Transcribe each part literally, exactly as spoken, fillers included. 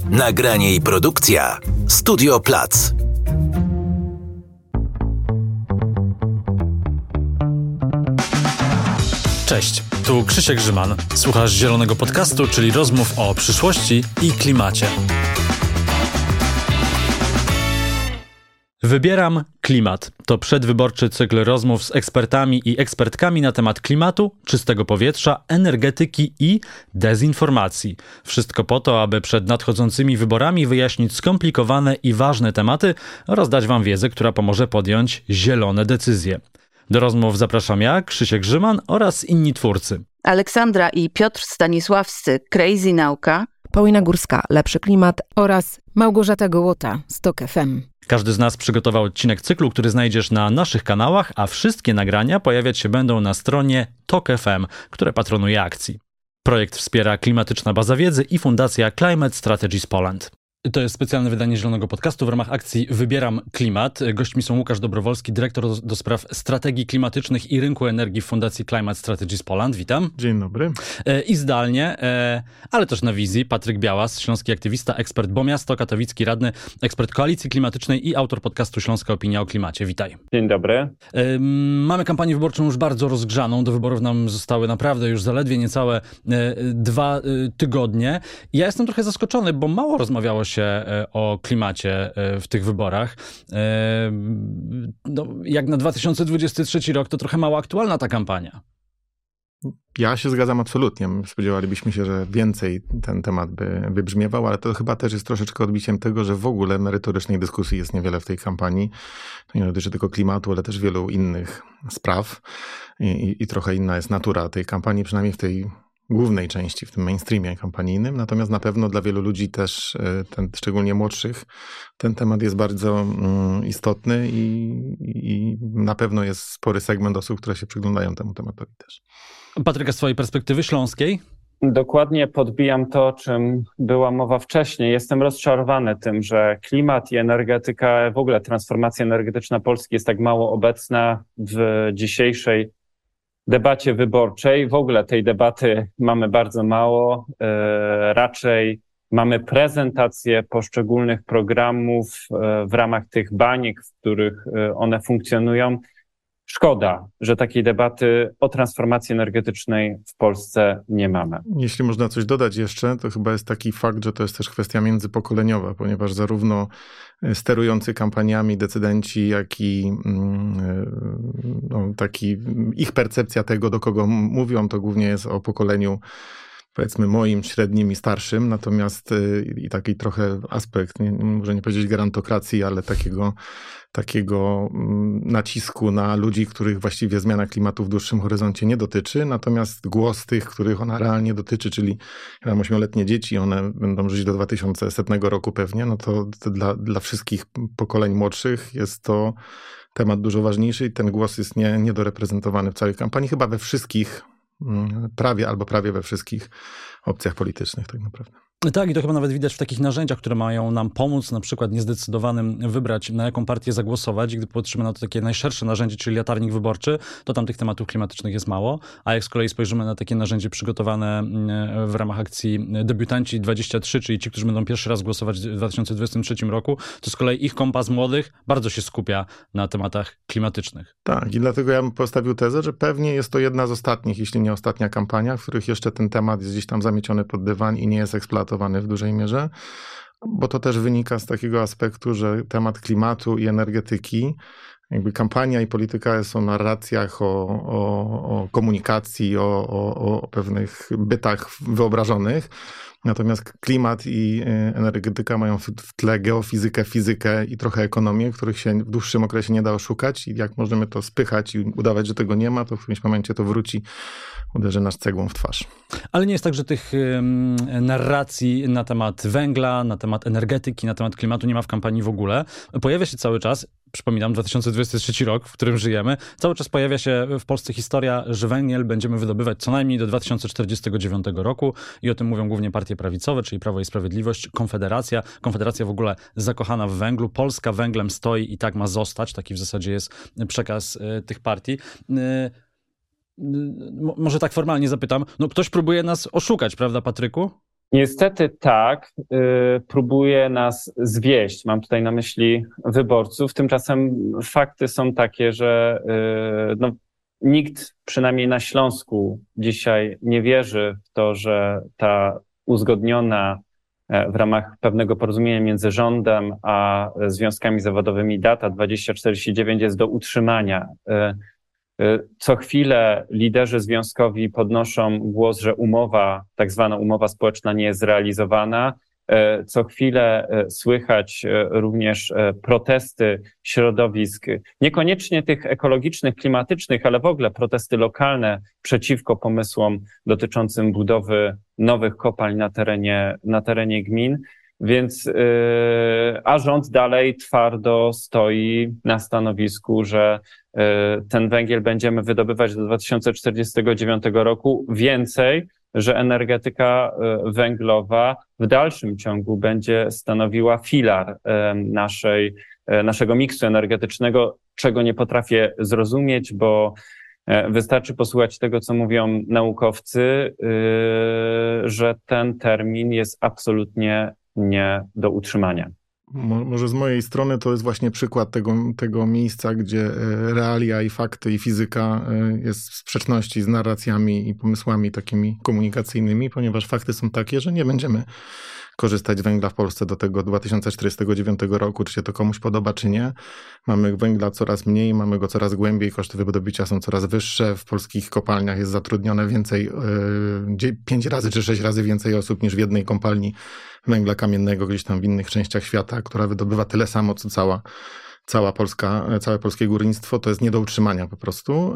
Nagranie i produkcja Studio Plac. Cześć, tu Krzysiek Grzyman. Słuchasz Zielonego Podcastu, czyli rozmów o przyszłości i klimacie. Wybieram klimat. To przedwyborczy cykl rozmów z ekspertami i ekspertkami na temat klimatu, czystego powietrza, energetyki i dezinformacji. Wszystko po to, aby przed nadchodzącymi wyborami wyjaśnić skomplikowane i ważne tematy oraz dać wam wiedzę, która pomoże podjąć zielone decyzje. Do rozmów zapraszam ja, Krzysiek Grzyman oraz inni twórcy. Aleksandra i Piotr Stanisławscy, Crazy Nauka, Paulina Górska, Lepszy Klimat oraz Małgorzata Gołota, Stok F M. Każdy z nas przygotował odcinek cyklu, który znajdziesz na naszych kanałach, a wszystkie nagrania pojawiać się będą na stronie Tok F M, które patronuje akcji. Projekt wspiera Klimatyczna Baza Wiedzy i Fundacja Climate Strategies Poland. To jest specjalne wydanie Zielonego Podcastu w ramach akcji Wybieram Klimat. Gośćmi są Łukasz Dobrowolski, dyrektor do, do spraw strategii klimatycznych i rynku energii w Fundacji Climate Strategies Poland. Witam. Dzień dobry. I zdalnie, ale też na wizji, Patryk Białas, śląski aktywista, ekspert Bo Miasto, katowicki radny, ekspert Koalicji Klimatycznej i autor podcastu Śląska Opinia o Klimacie. Witaj. Dzień dobry. Mamy kampanię wyborczą już bardzo rozgrzaną. Do wyborów nam zostały naprawdę już zaledwie niecałe dwa tygodnie. Ja jestem trochę zaskoczony, bo mało rozmawiało się o klimacie w tych wyborach. No, jak na dwa tysiące dwudziesty trzeci rok, to trochę mało aktualna ta kampania. Ja się zgadzam absolutnie. Spodziewalibyśmy się, że więcej ten temat by wybrzmiewał, ale to chyba też jest troszeczkę odbiciem tego, że w ogóle merytorycznej dyskusji jest niewiele w tej kampanii. To nie dotyczy tylko klimatu, ale też wielu innych spraw i, i, i trochę inna jest natura tej kampanii, przynajmniej w tej głównej części, w tym mainstreamie kampanijnym. Natomiast na pewno dla wielu ludzi też, ten, szczególnie młodszych, ten temat jest bardzo mm, istotny i, i na pewno jest spory segment osób, które się przyglądają temu tematowi też. Patryka, z twojej perspektywy śląskiej? Dokładnie podbijam to, o czym była mowa wcześniej. Jestem rozczarowany tym, że klimat i energetyka, w ogóle transformacja energetyczna Polski jest tak mało obecna w dzisiejszej debacie wyborczej. W ogóle tej debaty mamy bardzo mało. E, raczej mamy prezentację poszczególnych programów e, w ramach tych baniek, w których e, one funkcjonują. Szkoda, że takiej debaty o transformacji energetycznej w Polsce nie mamy. Jeśli można coś dodać jeszcze, to chyba jest taki fakt, że to jest też kwestia międzypokoleniowa, ponieważ zarówno sterujący kampaniami decydenci, jak i no, taki ich percepcja tego, do kogo mówią, to głównie jest o pokoleniu, powiedzmy, moim, średnim i starszym, natomiast i taki trochę aspekt, nie, może nie powiedzieć gerontokracji, ale takiego, takiego nacisku na ludzi, których właściwie zmiana klimatu w dłuższym horyzoncie nie dotyczy, natomiast głos tych, których ona realnie dotyczy, czyli ja mam ośmioletnie dzieci, one będą żyć do dwa tysiące setnego roku pewnie, no to, to dla, dla wszystkich pokoleń młodszych jest to temat dużo ważniejszy i ten głos jest nie, niedoreprezentowany w całej kampanii, chyba we wszystkich prawie albo prawie we wszystkich opcjach politycznych tak naprawdę. Tak, i to chyba nawet widać w takich narzędziach, które mają nam pomóc, na przykład niezdecydowanym wybrać, na jaką partię zagłosować. I gdy patrzymy na to takie najszersze narzędzie, czyli latarnik wyborczy, to tam tych tematów klimatycznych jest mało. A jak z kolei spojrzymy na takie narzędzie przygotowane w ramach akcji Debiutanci dwadzieścia trzy, czyli ci, którzy będą pierwszy raz głosować w dwa tysiące dwudziestym trzecim roku, to z kolei ich kompas młodych bardzo się skupia na tematach klimatycznych. Tak, i dlatego ja bym postawił tezę, że pewnie jest to jedna z ostatnich, jeśli nie ostatnia kampania, w których jeszcze ten temat jest gdzieś tam zamieciony pod dywan i nie jest eksploatowany w dużej mierze, bo to też wynika z takiego aspektu, że temat klimatu i energetyki, jakby kampania i polityka są o narracjach, o, o, o komunikacji, o, o, o pewnych bytach wyobrażonych. Natomiast klimat i energetyka mają w tle geofizykę, fizykę i trochę ekonomię, których się w dłuższym okresie nie da oszukać i jak możemy to spychać i udawać, że tego nie ma, to w którymś momencie to wróci, uderzy nas cegłą w twarz. Ale nie jest tak, że tych um, narracji na temat węgla, na temat energetyki, na temat klimatu nie ma w kampanii w ogóle. Pojawia się cały czas, przypominam, dwa tysiące dwudziesty trzeci rok, w którym żyjemy, cały czas pojawia się w Polsce historia, że węgiel będziemy wydobywać co najmniej do dwa tysiące czterdziestego dziewiątego roku i o tym mówią głównie partie prawicowe, czyli Prawo i Sprawiedliwość, Konfederacja. Konfederacja w ogóle zakochana w węglu. Polska węglem stoi i tak ma zostać. Taki w zasadzie jest przekaz y, tych partii. Y, y, może tak formalnie zapytam. No ktoś próbuje nas oszukać, prawda, Patryku? Niestety tak, yy, próbuje nas zwieść. Mam tutaj na myśli wyborców. Tymczasem fakty są takie, że yy, no, nikt, przynajmniej na Śląsku, dzisiaj nie wierzy w to, że ta uzgodniona w ramach pewnego porozumienia między rządem a związkami zawodowymi data dwadzieścia czterdzieści dziewięć jest do utrzymania. Co chwilę liderzy związkowi podnoszą głos, że umowa, tak zwana umowa społeczna nie jest zrealizowana. Co chwilę słychać również protesty środowisk, niekoniecznie tych ekologicznych, klimatycznych, ale w ogóle protesty lokalne przeciwko pomysłom dotyczącym budowy nowych kopalń na terenie, na terenie gmin. Więc, yy, a rząd dalej twardo stoi na stanowisku, że yy, ten węgiel będziemy wydobywać do dwa tysiące czterdziestego dziewiątego roku. Więcej, że energetyka węglowa w dalszym ciągu będzie stanowiła filar naszej, naszego miksu energetycznego, czego nie potrafię zrozumieć, bo wystarczy posłuchać tego, co mówią naukowcy, że ten termin jest absolutnie nie do utrzymania. Może z mojej strony to jest właśnie przykład tego, tego miejsca, gdzie realia i fakty i fizyka jest w sprzeczności z narracjami i pomysłami takimi komunikacyjnymi, ponieważ fakty są takie, że nie będziemy korzystać z węgla w Polsce do tego dwa tysiące czterdziestego dziewiątego roku, czy się to komuś podoba, czy nie. Mamy węgla coraz mniej, mamy go coraz głębiej, koszty wydobycia są coraz wyższe, w polskich kopalniach jest zatrudnione więcej, yy, pięć razy czy sześć razy więcej osób niż w jednej kopalni węgla kamiennego gdzieś tam w innych częściach świata, która wydobywa tyle samo, co cała Cała Polska, całe polskie górnictwo. To jest nie do utrzymania po prostu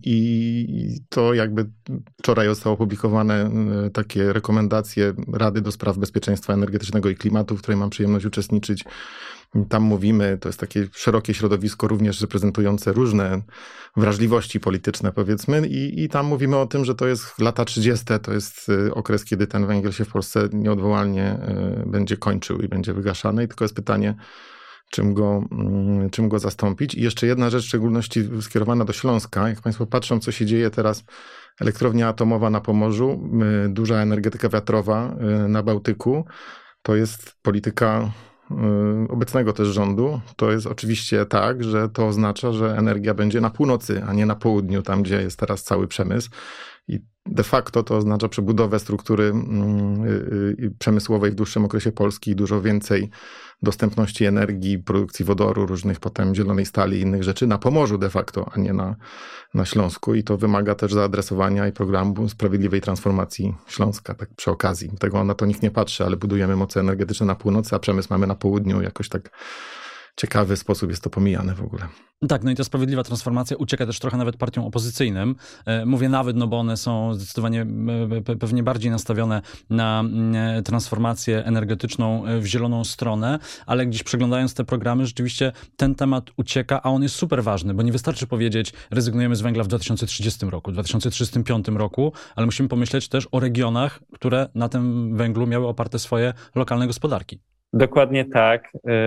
i to jakby wczoraj zostało opublikowane takie rekomendacje Rady do Spraw Bezpieczeństwa Energetycznego i Klimatu, w której mam przyjemność uczestniczyć. Tam mówimy, to jest takie szerokie środowisko również reprezentujące różne wrażliwości polityczne, powiedzmy, i, i tam mówimy o tym, że to jest lata trzydzieste, to jest okres, kiedy ten węgiel się w Polsce nieodwołalnie będzie kończył i będzie wygaszany i tylko jest pytanie, czym go, czym go zastąpić. I jeszcze jedna rzecz, w szczególności skierowana do Śląska. Jak Państwo patrzą, co się dzieje teraz, elektrownia atomowa na Pomorzu, duża energetyka wiatrowa na Bałtyku, to jest polityka obecnego też rządu. To jest oczywiście tak, że to oznacza, że energia będzie na północy, a nie na południu, tam gdzie jest teraz cały przemysł. I de facto to oznacza przebudowę struktury przemysłowej w dłuższym okresie Polski i dużo więcej dostępności energii, produkcji wodoru, różnych potem zielonej stali i innych rzeczy na Pomorzu de facto, a nie na, na Śląsku. I to wymaga też zaadresowania i programu sprawiedliwej transformacji Śląska, tak przy okazji. Tego na to nikt nie patrzy, ale budujemy moce energetyczne na północy, a przemysł mamy na południu. Jakoś tak ciekawy sposób jest to pomijane w ogóle. Tak, no i ta sprawiedliwa transformacja ucieka też trochę nawet partiom opozycyjnym. Mówię nawet, no bo one są zdecydowanie pewnie bardziej nastawione na transformację energetyczną w zieloną stronę, ale gdzieś przeglądając te programy, rzeczywiście ten temat ucieka, a on jest super ważny, bo nie wystarczy powiedzieć, rezygnujemy z węgla w dwa tysiące trzydziestym roku, dwa tysiące trzydziestym piątym roku, ale musimy pomyśleć też o regionach, które na tym węglu miały oparte swoje lokalne gospodarki. Dokładnie tak.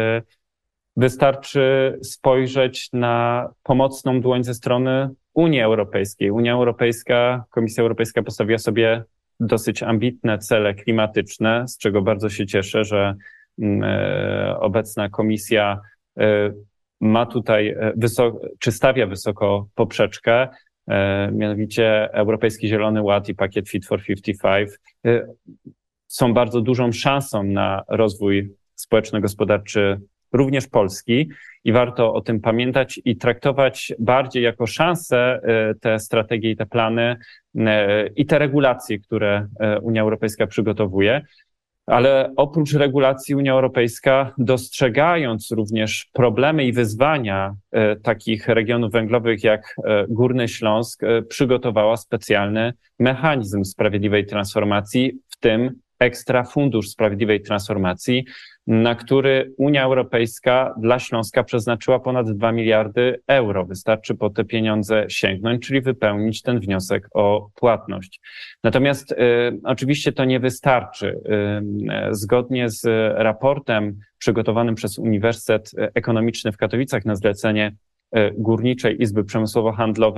Wystarczy spojrzeć na pomocną dłoń ze strony Unii Europejskiej. Unia Europejska, Komisja Europejska postawiła sobie dosyć ambitne cele klimatyczne, z czego bardzo się cieszę, że e, obecna komisja e, ma tutaj wysoko, czy stawia wysoko poprzeczkę, e, mianowicie Europejski Zielony Ład i pakiet Fit for pięćdziesiąt pięć e, są bardzo dużą szansą na rozwój społeczno-gospodarczy również Polski i warto o tym pamiętać i traktować bardziej jako szansę te strategie i te plany i te regulacje, które Unia Europejska przygotowuje. Ale oprócz regulacji Unia Europejska, dostrzegając również problemy i wyzwania takich regionów węglowych jak Górny Śląsk, przygotowała specjalny mechanizm sprawiedliwej transformacji, w tym ekstra fundusz sprawiedliwej transformacji, na który Unia Europejska dla Śląska przeznaczyła ponad dwa miliardy euro. Wystarczy po te pieniądze sięgnąć, czyli wypełnić ten wniosek o płatność. Natomiast y, oczywiście to nie wystarczy. Y, zgodnie z raportem przygotowanym przez Uniwersytet Ekonomiczny w Katowicach na zlecenie y, Górniczej Izby Przemysłowo-Handlowej,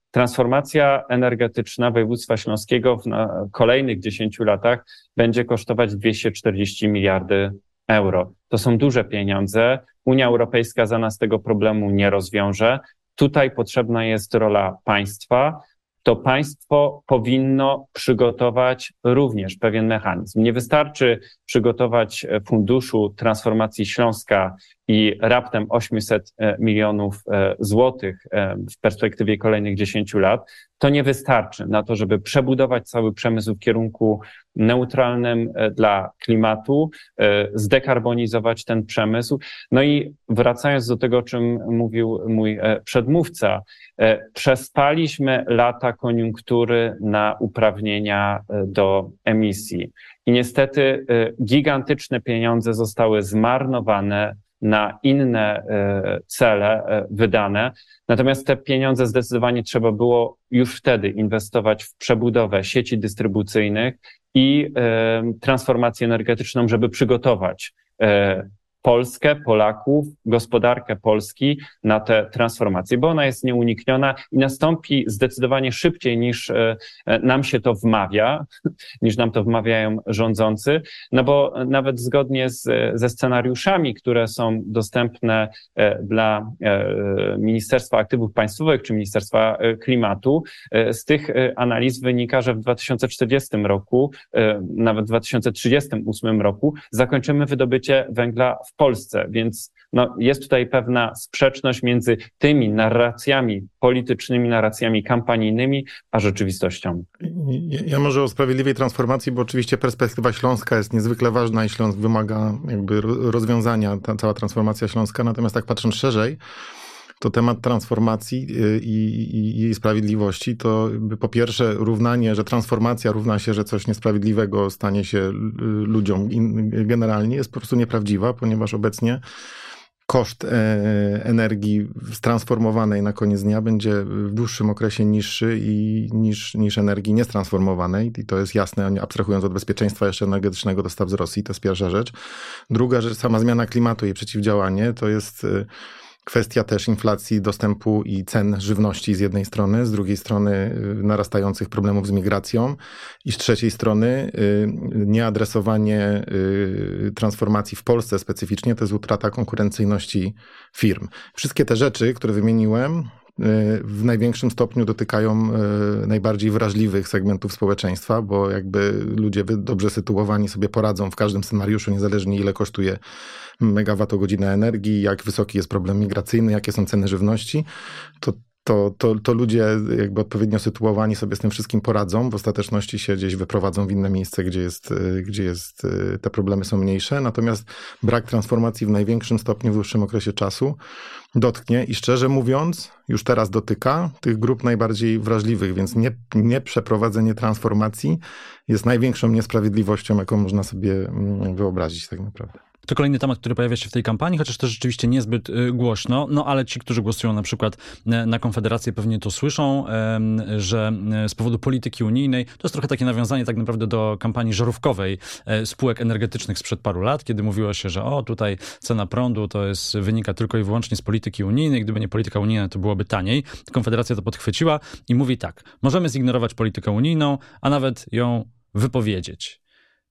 transformacja energetyczna województwa śląskiego w kolejnych dziesięciu latach będzie kosztować dwieście czterdzieści miliardy euro. To są duże pieniądze. Unia Europejska za nas tego problemu nie rozwiąże. Tutaj potrzebna jest rola państwa. To państwo powinno przygotować również pewien mechanizm. Nie wystarczy przygotować funduszu transformacji Śląska i raptem osiemset milionów złotych w perspektywie kolejnych dziesięciu lat. To nie wystarczy na to, żeby przebudować cały przemysł w kierunku neutralnym dla klimatu, zdekarbonizować ten przemysł. No i wracając do tego, o czym mówił mój przedmówca, przespaliśmy lata koniunktury na uprawnienia do emisji. I niestety gigantyczne pieniądze zostały zmarnowane na inne cele wydane. Natomiast te pieniądze zdecydowanie trzeba było już wtedy inwestować w przebudowę sieci dystrybucyjnych i transformację energetyczną, żeby przygotować Polskę, Polaków, gospodarkę Polski na tę transformację, bo ona jest nieunikniona i nastąpi zdecydowanie szybciej niż nam się to wmawia, niż nam to wmawiają rządzący, no bo nawet zgodnie z, ze scenariuszami, które są dostępne dla Ministerstwa Aktywów Państwowych czy Ministerstwa Klimatu, z tych analiz wynika, że w dwa tysiące czterdziestym roku, nawet w dwa tysiące trzydziestym ósmym roku zakończymy wydobycie węgla w Polsce, więc no, jest tutaj pewna sprzeczność między tymi narracjami politycznymi, narracjami kampanijnymi, a rzeczywistością. Ja, ja może o sprawiedliwej transformacji, bo oczywiście perspektywa śląska jest niezwykle ważna i Śląsk wymaga jakby rozwiązania, ta cała transformacja śląska, natomiast tak patrząc szerzej, to temat transformacji i jej sprawiedliwości to po pierwsze równanie, że transformacja równa się, że coś niesprawiedliwego stanie się ludziom generalnie jest po prostu nieprawdziwa, ponieważ obecnie koszt energii transformowanej na koniec dnia będzie w dłuższym okresie niższy i niż, niż energii niestransformowanej i to jest jasne, abstrahując od bezpieczeństwa jeszcze energetycznego dostaw z Rosji, to jest pierwsza rzecz. Druga rzecz, sama zmiana klimatu i przeciwdziałanie, to jest kwestia też inflacji, dostępu i cen żywności z jednej strony, z drugiej strony narastających problemów z migracją i z trzeciej strony nieadresowanie transformacji w Polsce specyficznie, to jest utrata konkurencyjności firm. Wszystkie te rzeczy, które wymieniłem, w największym stopniu dotykają najbardziej wrażliwych segmentów społeczeństwa, bo jakby ludzie dobrze sytuowani sobie poradzą w każdym scenariuszu, niezależnie ile kosztuje megawattogodzina energii, jak wysoki jest problem migracyjny, jakie są ceny żywności, to To, to, to ludzie jakby odpowiednio sytuowani sobie z tym wszystkim poradzą, w ostateczności się gdzieś wyprowadzą w inne miejsce, gdzie jest, gdzie jest, te problemy są mniejsze, natomiast brak transformacji w największym stopniu w dłuższym okresie czasu dotknie i szczerze mówiąc, już teraz dotyka tych grup najbardziej wrażliwych, więc nie, nie przeprowadzenie transformacji jest największą niesprawiedliwością, jaką można sobie wyobrazić tak naprawdę. To kolejny temat, który pojawia się w tej kampanii, chociaż też rzeczywiście niezbyt głośno, no ale ci, którzy głosują na przykład na Konfederację pewnie to słyszą, że z powodu polityki unijnej, to jest trochę takie nawiązanie tak naprawdę do kampanii żarówkowej spółek energetycznych sprzed paru lat, kiedy mówiło się, że o tutaj cena prądu to jest, wynika tylko i wyłącznie z polityki unijnej, gdyby nie polityka unijna, to byłoby taniej. Konfederacja to podchwyciła i mówi tak, możemy zignorować politykę unijną, a nawet ją wypowiedzieć.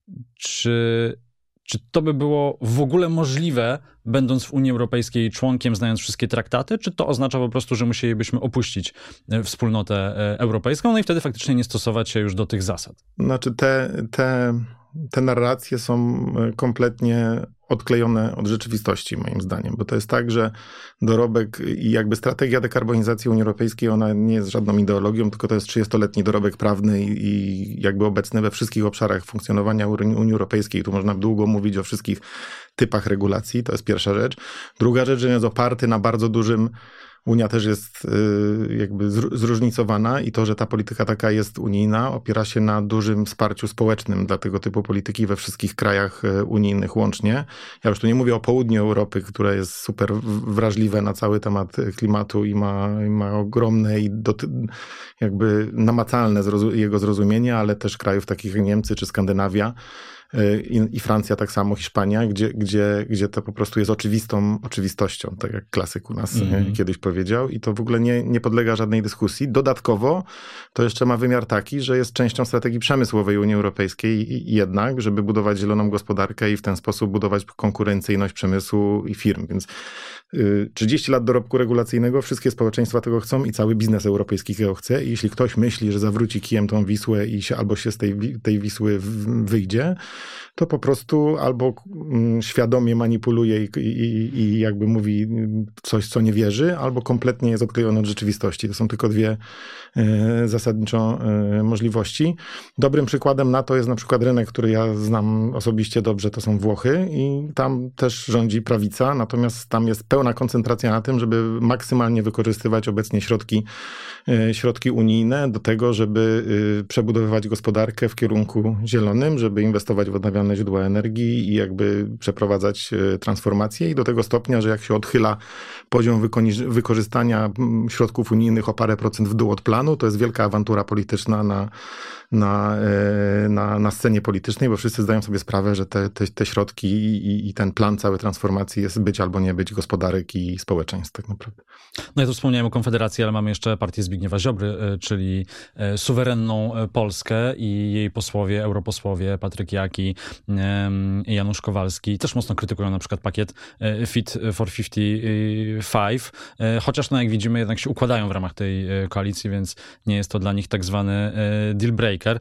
Czy Czy to by było w ogóle możliwe, będąc w Unii Europejskiej członkiem, znając wszystkie traktaty, czy to oznacza po prostu, że musielibyśmy opuścić wspólnotę europejską, no i wtedy faktycznie nie stosować się już do tych zasad? Znaczy te, te, te narracje są kompletnie odklejone od rzeczywistości, moim zdaniem, bo to jest tak, że dorobek i jakby strategia dekarbonizacji Unii Europejskiej, ona nie jest żadną ideologią, tylko to jest trzydziestoletni dorobek prawny i, i jakby obecny we wszystkich obszarach funkcjonowania Unii Europejskiej. Tu można długo mówić o wszystkich typach regulacji, to jest pierwsza rzecz. Druga rzecz, że jest oparty na bardzo dużym Unia też jest jakby zróżnicowana i to, że ta polityka taka jest unijna, opiera się na dużym wsparciu społecznym dla tego typu polityki we wszystkich krajach unijnych łącznie. Ja już tu nie mówię o południu Europy, które jest super wrażliwe na cały temat klimatu i ma, i ma ogromne i doty- jakby namacalne zrozum- jego zrozumienie, ale też krajów takich jak Niemcy czy Skandynawia, i, i Francja tak samo, Hiszpania, gdzie, gdzie, gdzie to po prostu jest oczywistą oczywistością, tak jak klasyk u nas mm. kiedyś powiedział i to w ogóle nie, nie podlega żadnej dyskusji. Dodatkowo to jeszcze ma wymiar taki, że jest częścią strategii przemysłowej Unii Europejskiej i, i jednak, żeby budować zieloną gospodarkę i w ten sposób budować konkurencyjność przemysłu i firm, więc trzydzieści lat dorobku regulacyjnego, wszystkie społeczeństwa tego chcą i cały biznes europejski tego chce i jeśli ktoś myśli, że zawróci kijem tą Wisłę i się, albo się z tej, tej Wisły wyjdzie, to po prostu albo świadomie manipuluje i, i, i jakby mówi coś, co nie wierzy, albo kompletnie jest odklejony od rzeczywistości. To są tylko dwie e, zasadniczo e, możliwości. Dobrym przykładem na to jest na przykład rynek, który ja znam osobiście dobrze, to są Włochy i tam też rządzi prawica, natomiast tam jest pełna koncentracja na tym, żeby maksymalnie wykorzystywać obecnie środki, e, środki unijne do tego, żeby e, przebudowywać gospodarkę w kierunku zielonym, żeby inwestować w odnawialne źródła energii i jakby przeprowadzać transformację i do tego stopnia, że jak się odchyla poziom wyko- wykorzystania środków unijnych o parę procent w dół od planu, to jest wielka awantura polityczna na, na, na, na scenie politycznej, bo wszyscy zdają sobie sprawę, że te, te, te środki i, i ten plan całej transformacji jest być albo nie być gospodarek i społeczeństw tak naprawdę. No ja tu wspomniałem o Konfederacji, ale mamy jeszcze partię Zbigniewa Ziobry, czyli suwerenną Polskę i jej posłowie, europosłowie Patryk Jaki i Janusz Kowalski też mocno krytykują na przykład pakiet Fit for pięćdziesiąt pięć, chociaż no jak widzimy jednak się układają w ramach tej koalicji, więc nie jest to dla nich tak zwany deal breaker.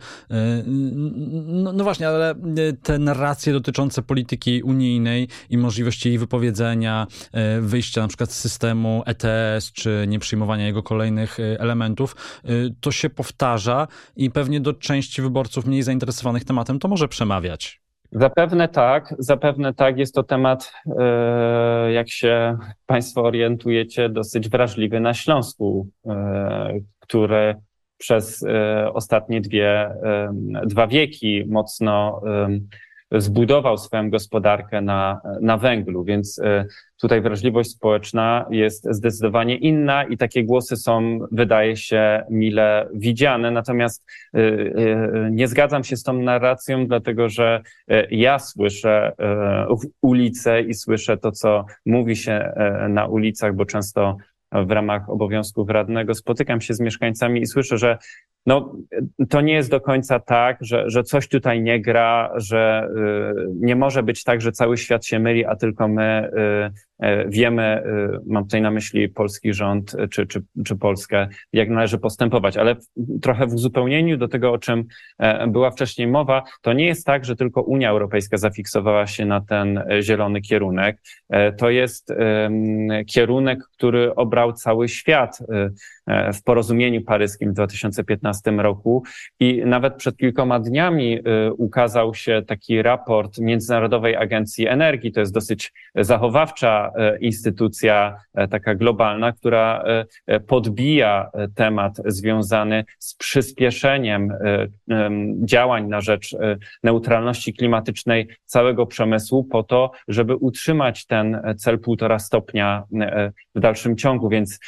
No, no właśnie, ale te narracje dotyczące polityki unijnej i możliwości jej wypowiedzenia, wyjścia na przykład z systemu E T S, czy nie przyjmowania jego kolejnych elementów, to się powtarza i pewnie do części wyborców mniej zainteresowanych tematem to może przemawiać. Zapewne tak, zapewne tak. Jest to temat, jak się Państwo orientujecie, dosyć wrażliwy na Śląsku, który przez ostatnie dwie, dwa wieki mocno zbudował swoją gospodarkę na, na węglu, więc tutaj wrażliwość społeczna jest zdecydowanie inna i takie głosy są, wydaje się, mile widziane. Natomiast nie zgadzam się z tą narracją, dlatego że ja słyszę ulicę i słyszę to, co mówi się na ulicach, bo często w ramach obowiązków radnego spotykam się z mieszkańcami i słyszę, że no, to nie jest do końca tak, że, że coś tutaj nie gra, że y, nie może być tak, że cały świat się myli, a tylko my y, y, wiemy, y, mam tutaj na myśli polski rząd czy, czy, czy Polskę, jak należy postępować. Ale w, trochę w uzupełnieniu do tego, o czym y, była wcześniej mowa, to nie jest tak, że tylko Unia Europejska zafiksowała się na ten zielony kierunek. Y, to jest y, kierunek, który obrał cały świat y, w porozumieniu paryskim w dwa tysiące piętnastym roku i nawet przed kilkoma dniami ukazał się taki raport Międzynarodowej Agencji Energii. To jest dosyć zachowawcza instytucja, taka globalna, która podbija temat związany z przyspieszeniem działań na rzecz neutralności klimatycznej całego przemysłu po to, żeby utrzymać ten cel półtora stopnia w dalszym ciągu, więc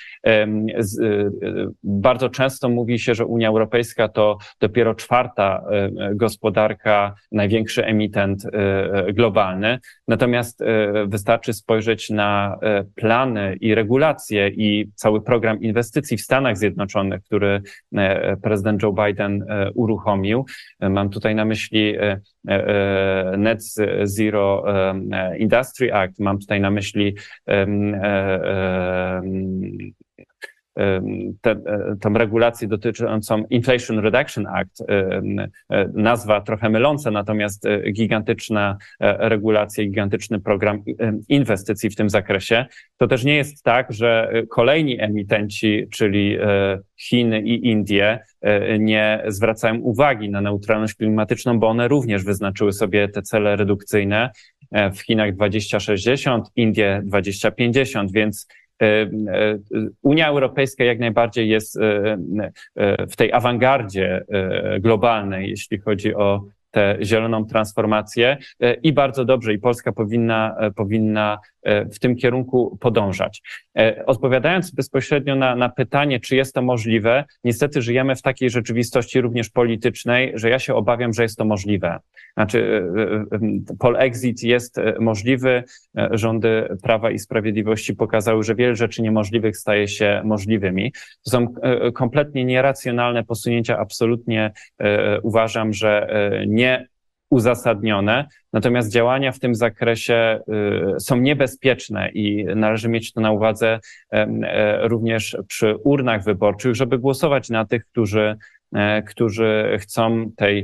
bardzo często mówi się, że Unia Europejska to dopiero czwarta gospodarka, największy emitent globalny. Natomiast wystarczy spojrzeć na plany i regulacje i cały program inwestycji w Stanach Zjednoczonych, który prezydent Joe Biden uruchomił. Mam tutaj na myśli Net Zero Industry Act, mam tutaj na myśli Tę, tę regulację dotyczącą Inflation Reduction Act, nazwa trochę myląca, natomiast gigantyczna regulacja, gigantyczny program inwestycji w tym zakresie. To też nie jest tak, że kolejni emitenci, czyli Chiny i Indie, nie zwracają uwagi na neutralność klimatyczną, bo one również wyznaczyły sobie te cele redukcyjne. W Chinach dwadzieścia sześćdziesiąt, Indie dwadzieścia pięćdziesiąt, więc Unia Europejska jak najbardziej jest w tej awangardzie globalnej, jeśli chodzi o tę zieloną transformację i bardzo dobrze, i Polska powinna, powinna w tym kierunku podążać. Odpowiadając bezpośrednio na, na pytanie, czy jest to możliwe, niestety żyjemy w takiej rzeczywistości również politycznej, że ja się obawiam, że jest to możliwe. Znaczy, polexit jest możliwy, rządy Prawa i Sprawiedliwości pokazały, że wiele rzeczy niemożliwych staje się możliwymi. To są kompletnie nieracjonalne posunięcia, absolutnie uważam, że nie uzasadnione, natomiast działania w tym zakresie są niebezpieczne i należy mieć to na uwadze również przy urnach wyborczych, żeby głosować na tych, którzy którzy chcą tej,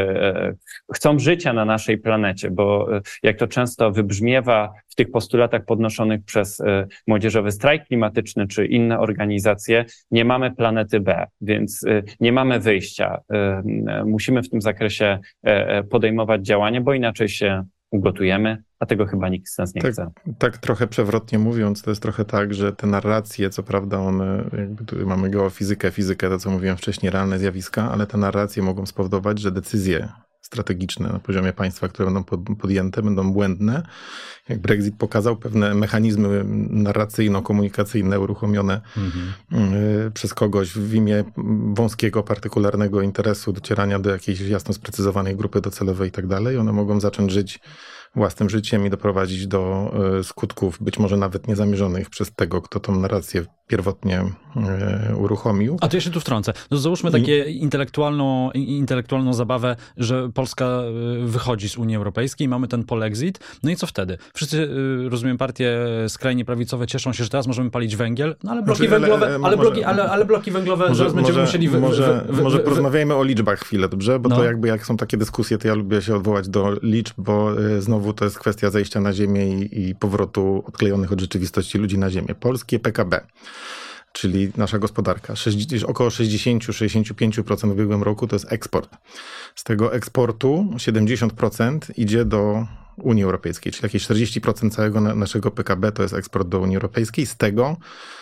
chcą życia na naszej planecie, bo jak to często wybrzmiewa w tych postulatach podnoszonych przez Młodzieżowy Strajk Klimatyczny czy inne organizacje, nie mamy planety B, więc nie mamy wyjścia. Musimy w tym zakresie podejmować działania, bo inaczej się ugotujemy, a tego chyba nikt z nas nie tak, chce. Tak trochę przewrotnie mówiąc, to jest trochę tak, że te narracje, co prawda one, jakby tu mamy geofizykę, fizykę, to co mówiłem wcześniej, realne zjawiska, ale te narracje mogą spowodować, że decyzje strategiczne na poziomie państwa, które będą podjęte, będą błędne. Jak Brexit pokazał, pewne mechanizmy narracyjno-komunikacyjne uruchomione mhm. przez kogoś w imię wąskiego, partykularnego interesu, docierania do jakiejś jasno sprecyzowanej grupy docelowej i tak dalej, one mogą zacząć żyć własnym życiem i doprowadzić do skutków być może nawet niezamierzonych przez tego, kto tą narrację pierwotnie uruchomił. A to jeszcze tu wtrącę. No załóżmy takie I... intelektualną, intelektualną zabawę, że Polska wychodzi z Unii Europejskiej, mamy ten polexit, no i co wtedy? Wszyscy, rozumiem, partie skrajnie prawicowe cieszą się, że teraz możemy palić węgiel, no ale bloki znaczy, węglowe, ale, ale, może, bloki, ale, ale bloki węglowe może, zaraz będziemy może, musieli... Wy, może, wy, wy, wy, może wy, porozmawiajmy o liczbach chwilę, dobrze? Bo no. to jakby jak są takie dyskusje, to ja lubię się odwołać do liczb, bo znowu to jest kwestia zejścia na ziemię i, i powrotu odklejonych od rzeczywistości ludzi na ziemię. Polskie P K B, czyli nasza gospodarka, około sześćdziesiąt do sześćdziesięciu pięciu procent w ubiegłym roku to jest eksport. Z tego eksportu siedemdziesiąt procent idzie do Unii Europejskiej, czyli jakieś czterdzieści procent całego naszego P K B to jest eksport do Unii Europejskiej. Z tego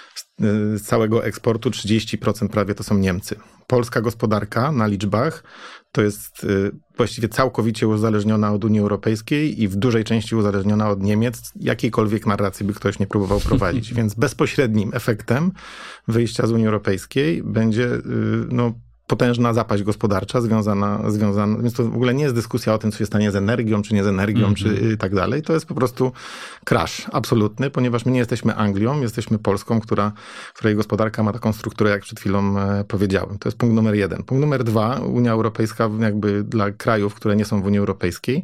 z całego eksportu trzydzieści procent prawie to są Niemcy. Polska gospodarka na liczbach to jest właściwie całkowicie uzależniona od Unii Europejskiej i w dużej części uzależniona od Niemiec, jakiejkolwiek narracji by ktoś nie próbował prowadzić. Więc bezpośrednim efektem wyjścia z Unii Europejskiej będzie no, potężna zapaść gospodarcza związana, związana, więc to w ogóle nie jest dyskusja o tym, co się stanie z energią, czy nie z energią, mm-hmm. czy tak dalej. To jest po prostu crash absolutny, ponieważ my nie jesteśmy Anglią, jesteśmy Polską, która, której gospodarka ma taką strukturę, jak przed chwilą powiedziałem. To jest punkt numer jeden. Punkt numer dwa, Unia Europejska jakby dla krajów, które nie są w Unii Europejskiej,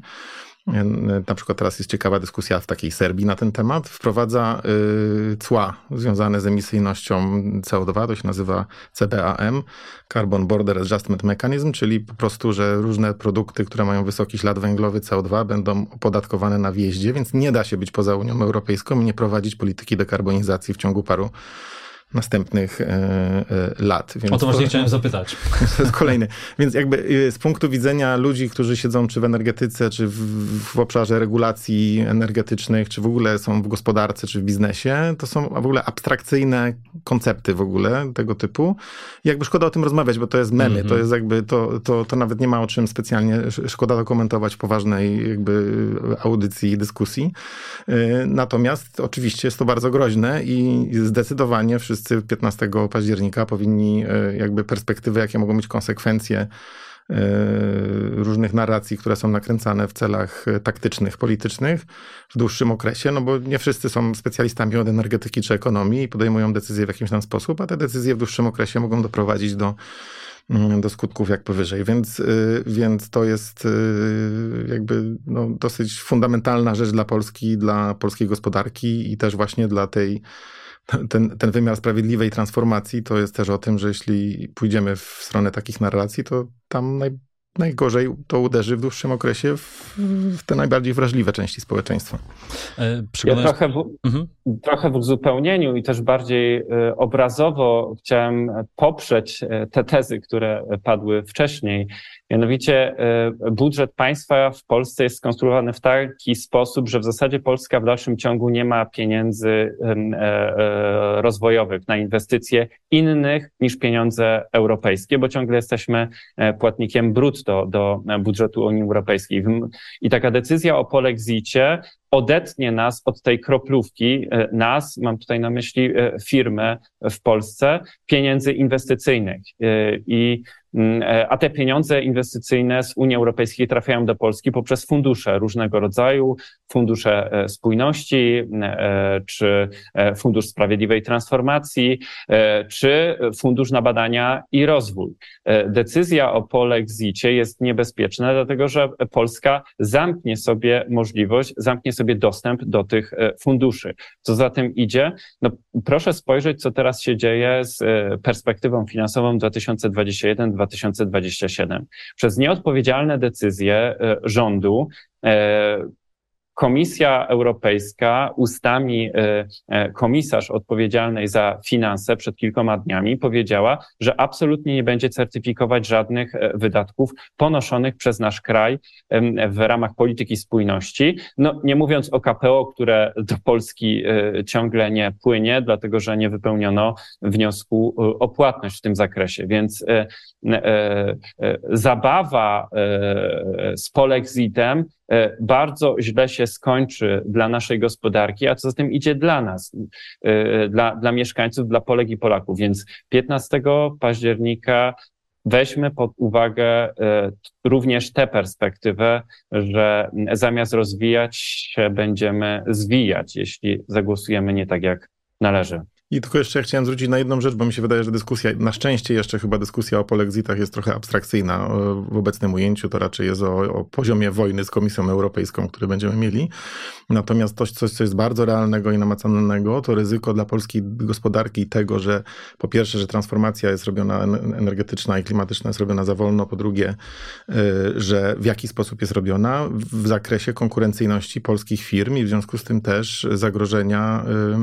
na przykład teraz jest ciekawa dyskusja w takiej Serbii na ten temat, wprowadza y, cła związane z emisyjnością C O dwa, to się nazywa C B A M, Carbon Border Adjustment Mechanism, czyli po prostu, że różne produkty, które mają wysoki ślad węglowy C O dwa będą opodatkowane na wjeździe, więc nie da się być poza Unią Europejską i nie prowadzić polityki dekarbonizacji w ciągu paru następnych e, e, lat. Więc o to właśnie to, chciałem zapytać. To jest kolejny. Więc jakby z punktu widzenia ludzi, którzy siedzą czy w energetyce, czy w, w obszarze regulacji energetycznych, czy w ogóle są w gospodarce, czy w biznesie, to są w ogóle abstrakcyjne koncepty w ogóle tego typu. I jakby szkoda o tym rozmawiać, bo to jest memy. Mm-hmm. To jest jakby, to, to, to nawet nie ma o czym specjalnie, szkoda to komentować w poważnej jakby audycji i dyskusji. Natomiast oczywiście jest to bardzo groźne i zdecydowanie wszyscy Wszyscy piętnastego października powinni jakby perspektywy, jakie mogą mieć konsekwencje różnych narracji, które są nakręcane w celach taktycznych, politycznych w dłuższym okresie, no bo nie wszyscy są specjalistami od energetyki czy ekonomii i podejmują decyzje w jakiś tam sposób, a te decyzje w dłuższym okresie mogą doprowadzić do do skutków jak powyżej, więc, więc to jest jakby no, dosyć fundamentalna rzecz dla Polski, dla polskiej gospodarki i też właśnie dla tej Ten, ten wymiar sprawiedliwej transformacji to jest też o tym, że jeśli pójdziemy w stronę takich narracji, to tam naj, najgorzej to uderzy w dłuższym okresie w, w te najbardziej wrażliwe części społeczeństwa. Ja trochę w, mhm. trochę w uzupełnieniu i też bardziej obrazowo chciałem poprzeć te tezy, które padły wcześniej. Mianowicie budżet państwa w Polsce jest skonstruowany w taki sposób, że w zasadzie Polska w dalszym ciągu nie ma pieniędzy rozwojowych na inwestycje innych niż pieniądze europejskie, bo ciągle jesteśmy płatnikiem brutto do, do budżetu Unii Europejskiej. I taka decyzja o polexicie odetnie nas od tej kroplówki, nas, mam tutaj na myśli firmy w Polsce, pieniędzy inwestycyjnych. I, a te pieniądze inwestycyjne z Unii Europejskiej trafiają do Polski poprzez fundusze różnego rodzaju, fundusze spójności, czy Fundusz Sprawiedliwej Transformacji, czy Fundusz na Badania i Rozwój. Decyzja o polexicie jest niebezpieczna, dlatego że Polska zamknie sobie możliwość, zamknie sobie dostęp do tych funduszy. Co za tym idzie? No, proszę spojrzeć, co teraz się dzieje z perspektywą finansową dwa tysiące dwudziesty pierwszy do dwa tysiące dwudziestego siódmego. Przez nieodpowiedzialne decyzje rządu Komisja Europejska ustami komisarz odpowiedzialnej za finanse przed kilkoma dniami powiedziała, że absolutnie nie będzie certyfikować żadnych wydatków ponoszonych przez nasz kraj w ramach polityki spójności. No, nie mówiąc o K P O, które do Polski ciągle nie płynie, dlatego że nie wypełniono wniosku o płatność w tym zakresie. Więc zabawa z polexitem bardzo źle się skończy dla naszej gospodarki, a co za tym idzie dla nas, dla, dla mieszkańców, dla Polek i Polaków. Więc piętnastego października weźmy pod uwagę również tę perspektywę, że zamiast rozwijać się, będziemy zwijać, jeśli zagłosujemy nie tak, jak należy. I tylko jeszcze chciałem zwrócić na jedną rzecz, bo mi się wydaje, że dyskusja, na szczęście jeszcze chyba dyskusja o polexitach jest trochę abstrakcyjna w obecnym ujęciu, to raczej jest o, o poziomie wojny z Komisją Europejską, który będziemy mieli. Natomiast to, coś, co jest bardzo realnego i namacalnego, to ryzyko dla polskiej gospodarki tego, że po pierwsze, że transformacja jest robiona energetyczna i klimatyczna jest robiona za wolno, po drugie, że w jaki sposób jest robiona w zakresie konkurencyjności polskich firm i w związku z tym też zagrożenia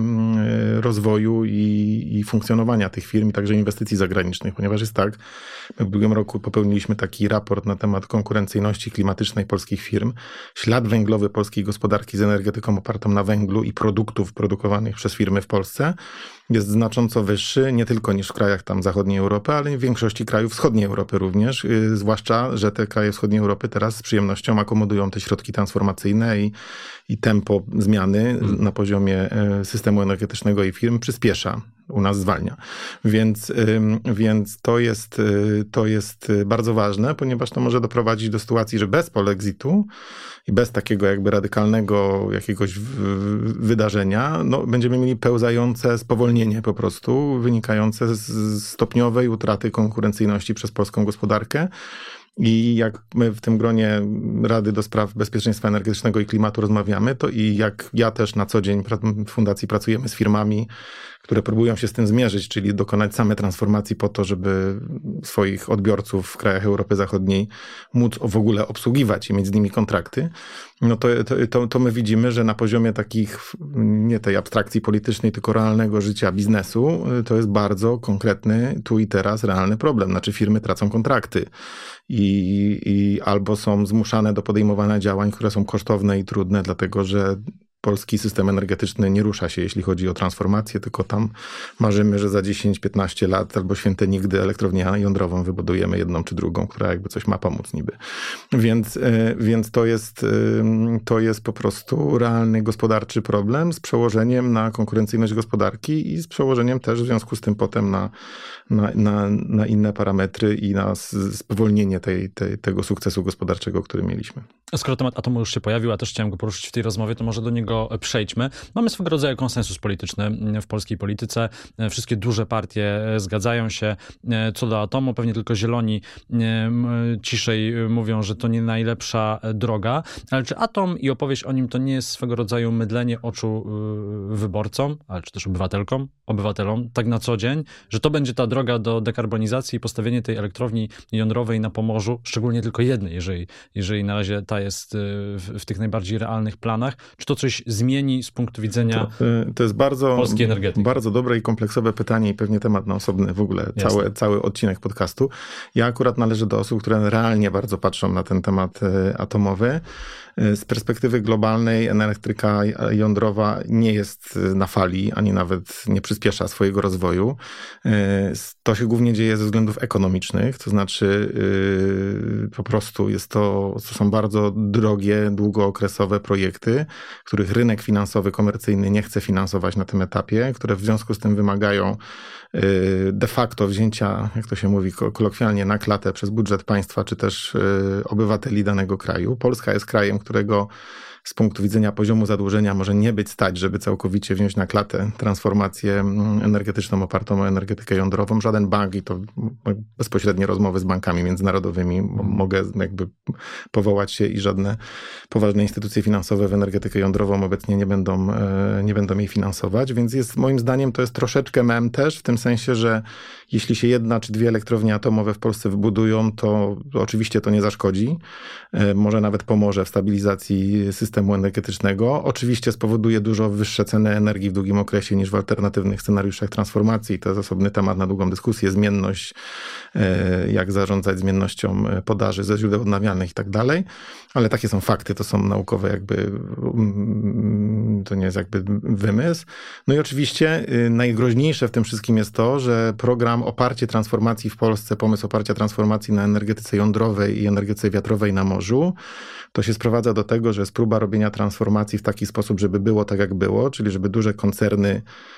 rozwoju I, i funkcjonowania tych firm i także inwestycji zagranicznych, ponieważ jest tak, my w ubiegłym roku popełniliśmy taki raport na temat konkurencyjności klimatycznej polskich firm. Ślad węglowy polskiej gospodarki z energetyką opartą na węglu i produktów produkowanych przez firmy w Polsce jest znacząco wyższy, nie tylko niż w krajach tam zachodniej Europy, ale i w większości krajów wschodniej Europy również, yy, zwłaszcza, że te kraje wschodniej Europy teraz z przyjemnością akomodują te środki transformacyjne i, i tempo zmiany hmm. na poziomie y, systemu energetycznego i firm przyspiesza. U nas zwalnia. Więc, więc to jest, to jest bardzo ważne, ponieważ to może doprowadzić do sytuacji, że bez polexitu i bez takiego jakby radykalnego jakiegoś wydarzenia, no, będziemy mieli pełzające spowolnienie po prostu, wynikające z stopniowej utraty konkurencyjności przez polską gospodarkę. I jak my w tym gronie Rady do Spraw Bezpieczeństwa Energetycznego i Klimatu rozmawiamy, to i jak ja też na co dzień w fundacji pracujemy z firmami, które próbują się z tym zmierzyć, czyli dokonać same transformacji po to, żeby swoich odbiorców w krajach Europy Zachodniej móc w ogóle obsługiwać i mieć z nimi kontrakty, no to, to, to my widzimy, że na poziomie takich, nie tej abstrakcji politycznej, tylko realnego życia biznesu, to jest bardzo konkretny, tu i teraz realny problem. Znaczy firmy tracą kontrakty i, i albo są zmuszane do podejmowania działań, które są kosztowne i trudne, dlatego że polski system energetyczny nie rusza się, jeśli chodzi o transformację, tylko tam marzymy, że za dziesięć piętnaście lat albo święte nigdy elektrownię jądrową wybudujemy jedną czy drugą, która jakby coś ma pomóc niby. Więc, więc to jest, to jest po prostu realny gospodarczy problem z przełożeniem na konkurencyjność gospodarki i z przełożeniem też w związku z tym potem na, na, na, na inne parametry i na spowolnienie tej, tej, tego sukcesu gospodarczego, który mieliśmy. Skoro temat atomu już się pojawił, a też chciałem go poruszyć w tej rozmowie, to może do niego przejdźmy. Mamy swego rodzaju konsensus polityczny w polskiej polityce. Wszystkie duże partie zgadzają się co do atomu. Pewnie tylko Zieloni ciszej mówią, że to nie najlepsza droga. Ale czy atom i opowieść o nim to nie jest swego rodzaju mydlenie oczu wyborcom, ale czy też obywatelkom, obywatelom, tak na co dzień, że to będzie ta droga do dekarbonizacji i postawienie tej elektrowni jądrowej na Pomorzu, szczególnie tylko jednej, jeżeli, jeżeli na razie ta jest w, w tych najbardziej realnych planach. Czy to coś zmieni z punktu widzenia to, to jest bardzo, polskiej energetyki? Bardzo dobre i kompleksowe pytanie i pewnie temat na osobny w ogóle, cały, cały odcinek podcastu. Ja akurat należę do osób, które realnie bardzo patrzą na ten temat atomowy. Z perspektywy globalnej elektryka jądrowa nie jest na fali, ani nawet nie przyspiesza swojego rozwoju. To się głównie dzieje ze względów ekonomicznych, to znaczy po prostu jest to, to są bardzo drogie, długookresowe projekty, których rynek finansowy, komercyjny nie chce finansować na tym etapie, które w związku z tym wymagają de facto wzięcia, jak to się mówi kolokwialnie, na klatę przez budżet państwa, czy też obywateli danego kraju. Polska jest krajem, którego z punktu widzenia poziomu zadłużenia może nie być stać, żeby całkowicie wziąć na klatę transformację energetyczną opartą o energetykę jądrową. Żaden bank, i to bezpośrednie rozmowy z bankami międzynarodowymi mogę jakby powołać się, i żadne poważne instytucje finansowe w energetykę jądrową obecnie nie będą, nie będą jej finansować, więc jest, moim zdaniem to jest troszeczkę mem też, w tym sensie, że jeśli się jedna czy dwie elektrownie atomowe w Polsce wybudują, to oczywiście to nie zaszkodzi, może nawet pomoże w stabilizacji systemu systemu energetycznego. Oczywiście spowoduje dużo wyższe ceny energii w długim okresie niż w alternatywnych scenariuszach transformacji. To jest osobny temat na długą dyskusję. Zmienność, jak zarządzać zmiennością podaży ze źródeł odnawialnych i tak dalej. Ale takie są fakty, to są naukowe jakby, to nie jest jakby wymysł. No i oczywiście najgroźniejsze w tym wszystkim jest to, że program oparcie transformacji w Polsce, pomysł oparcia transformacji na energetyce jądrowej i energetyce wiatrowej na morzu, to się sprowadza do tego, że jest próba robienia transformacji w taki sposób, żeby było tak jak było, czyli żeby duże koncerny,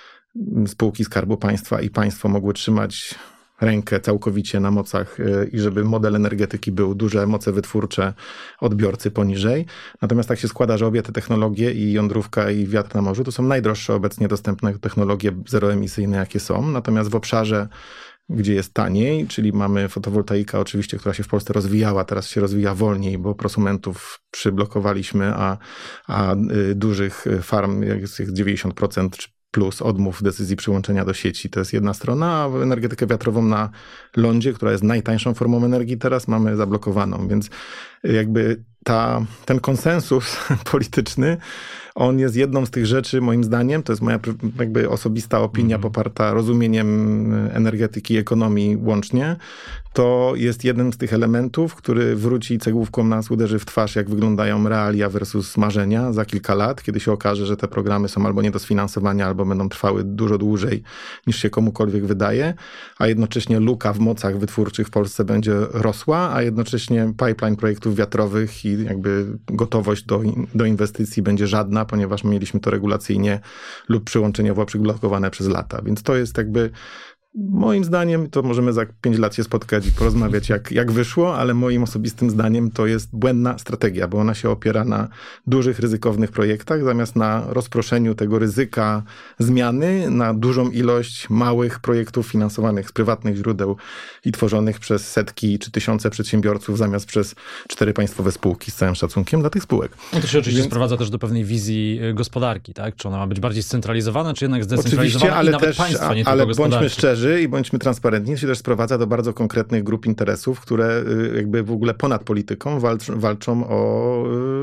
spółki Skarbu Państwa i państwo mogły trzymać rękę całkowicie na mocach i żeby model energetyki był duże moce wytwórcze, odbiorcy poniżej. Natomiast tak się składa, że obie te technologie, i jądrówka, i wiatr na morzu, to są najdroższe obecnie dostępne technologie zeroemisyjne, jakie są. Natomiast w obszarze, gdzie jest taniej, czyli mamy fotowoltaikę oczywiście, która się w Polsce rozwijała, teraz się rozwija wolniej, bo prosumentów przyblokowaliśmy, a, a dużych farm jest dziewięćdziesiąt procent plus odmów decyzji przyłączenia do sieci. To jest jedna strona, a energetykę wiatrową na lądzie, która jest najtańszą formą energii, teraz mamy zablokowaną, więc jakby ta, ten konsensus polityczny, on jest jedną z tych rzeczy, moim zdaniem, to jest moja jakby osobista opinia, mm. poparta rozumieniem energetyki i ekonomii łącznie, to jest jeden z tych elementów, który wróci cegłówką, nas uderzy w twarz, jak wyglądają realia versus marzenia za kilka lat, kiedy się okaże, że te programy są albo nie do sfinansowania, albo będą trwały dużo dłużej niż się komukolwiek wydaje, a jednocześnie luka w mocach wytwórczych w Polsce będzie rosła, a jednocześnie pipeline projektów wiatrowych i jakby gotowość do, do inwestycji będzie żadna, ponieważ mieliśmy to regulacyjnie lub przyłączeniowo przyblokowane przez lata. Więc to jest jakby, moim zdaniem, to możemy za pięć lat się spotkać i porozmawiać, jak, jak wyszło, ale moim osobistym zdaniem to jest błędna strategia, bo ona się opiera na dużych, ryzykownych projektach, zamiast na rozproszeniu tego ryzyka zmiany na dużą ilość małych projektów finansowanych z prywatnych źródeł i tworzonych przez setki czy tysiące przedsiębiorców, zamiast przez cztery państwowe spółki, z całym szacunkiem dla tych spółek. No to się oczywiście Więc... sprowadza też do pewnej wizji gospodarki, tak? Czy ona ma być bardziej scentralizowana, czy jednak zdecentralizowana, oczywiście, ale i nawet też, państwa, nie ale tylko gospodarki. Bądźmy szczerzy i bądźmy transparentni, się też sprowadza do bardzo konkretnych grup interesów, które jakby w ogóle ponad polityką walczą, walczą o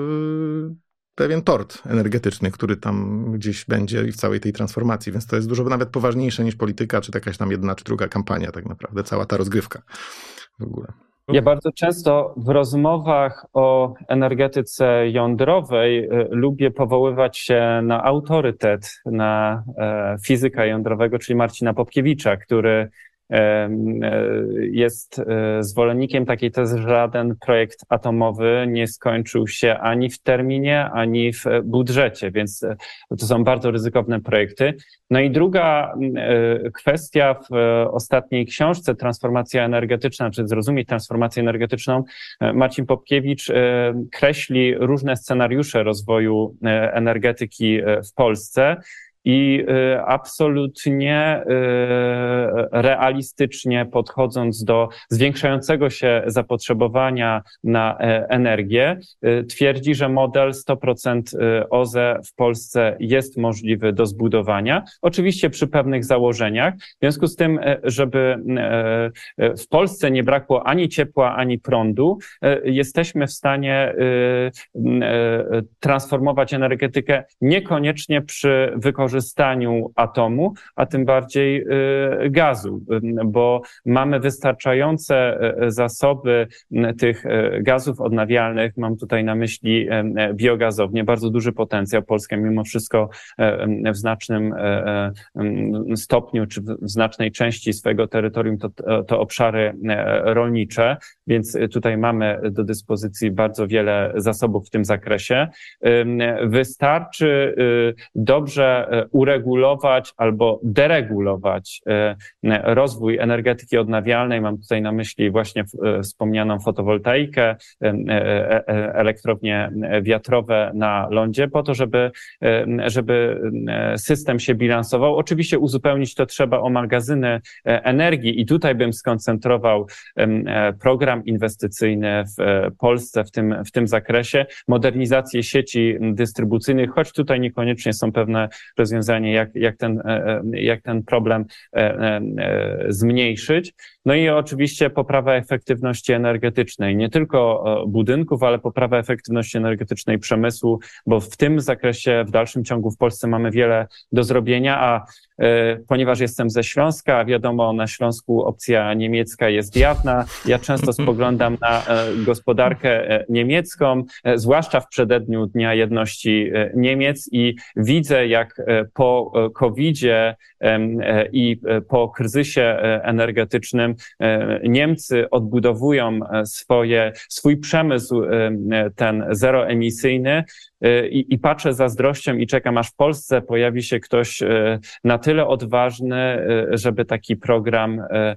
yy, pewien tort energetyczny, który tam gdzieś będzie i w całej tej transformacji, więc to jest dużo nawet poważniejsze niż polityka, czy jakaś tam jedna, czy druga kampania tak naprawdę, cała ta rozgrywka w ogóle. Ja bardzo często w rozmowach o energetyce jądrowej y, lubię powoływać się na autorytet, na e, fizyka jądrowego, czyli Marcina Popkiewicza, który e, jest e, zwolennikiem takiej tezy, że żaden projekt atomowy nie skończył się ani w terminie, ani w budżecie, więc e, to są bardzo ryzykowne projekty. No i druga e, kwestia w e, ostatniej książce Transformacja energetyczna, czy Zrozumieć transformację energetyczną, e, Marcin Popkiewicz e, kreśli różne scenariusze rozwoju e, energetyki e, w Polsce. i absolutnie realistycznie podchodząc do zwiększającego się zapotrzebowania na energię, twierdzi, że model sto procent O Z E w Polsce jest możliwy do zbudowania, oczywiście przy pewnych założeniach. W związku z tym, żeby w Polsce nie brakło ani ciepła, ani prądu, jesteśmy w stanie transformować energetykę niekoniecznie przy wykorzystaniu atomu, a tym bardziej gazu, bo mamy wystarczające zasoby tych gazów odnawialnych, mam tutaj na myśli biogazownie, bardzo duży potencjał. Polska mimo wszystko w znacznym stopniu, czy w znacznej części swojego terytorium to, to obszary rolnicze, więc tutaj mamy do dyspozycji bardzo wiele zasobów w tym zakresie. Wystarczy dobrze uregulować albo deregulować rozwój energetyki odnawialnej. Mam tutaj na myśli właśnie wspomnianą fotowoltaikę, elektrownie wiatrowe na lądzie, po to, żeby, żeby system się bilansował. Oczywiście uzupełnić to trzeba o magazyny energii i tutaj bym skoncentrował program inwestycyjny w Polsce w tym, w tym zakresie, modernizację sieci dystrybucyjnych, choć tutaj niekoniecznie są pewne rozwiązania, jak, jak, ten, jak ten problem zmniejszyć. No i oczywiście poprawa efektywności energetycznej, nie tylko budynków, ale poprawa efektywności energetycznej przemysłu, bo w tym zakresie w dalszym ciągu w Polsce mamy wiele do zrobienia, a ponieważ jestem ze Śląska, a wiadomo, na Śląsku opcja niemiecka jest jawna. Ja często spoglądam na gospodarkę niemiecką, zwłaszcza w przededniu Dnia Jedności Niemiec i widzę, jak po kowidzie i po kryzysie energetycznym Niemcy odbudowują swoje, swój przemysł, ten zeroemisyjny, i, i patrzę z zazdrością i czekam, aż w Polsce pojawi się ktoś na tyle odważny, żeby taki program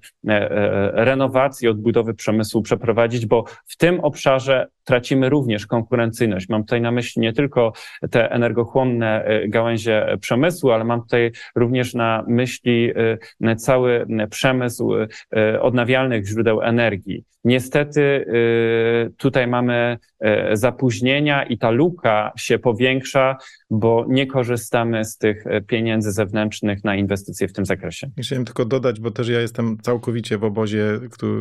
renowacji, odbudowy przemysłu przeprowadzić, bo w tym obszarze tracimy również konkurencyjność. Mam tutaj na myśli nie tylko te energochłonne gałęzie przemysłu, ale mam tutaj również na myśli cały przemysł odnawialnych źródeł energii. Niestety tutaj mamy zapóźnienia i ta luka się powiększa, bo nie korzystamy z tych pieniędzy zewnętrznych na inwestycje w tym zakresie. Chciałem tylko dodać, bo też ja jestem całkowicie w obozie,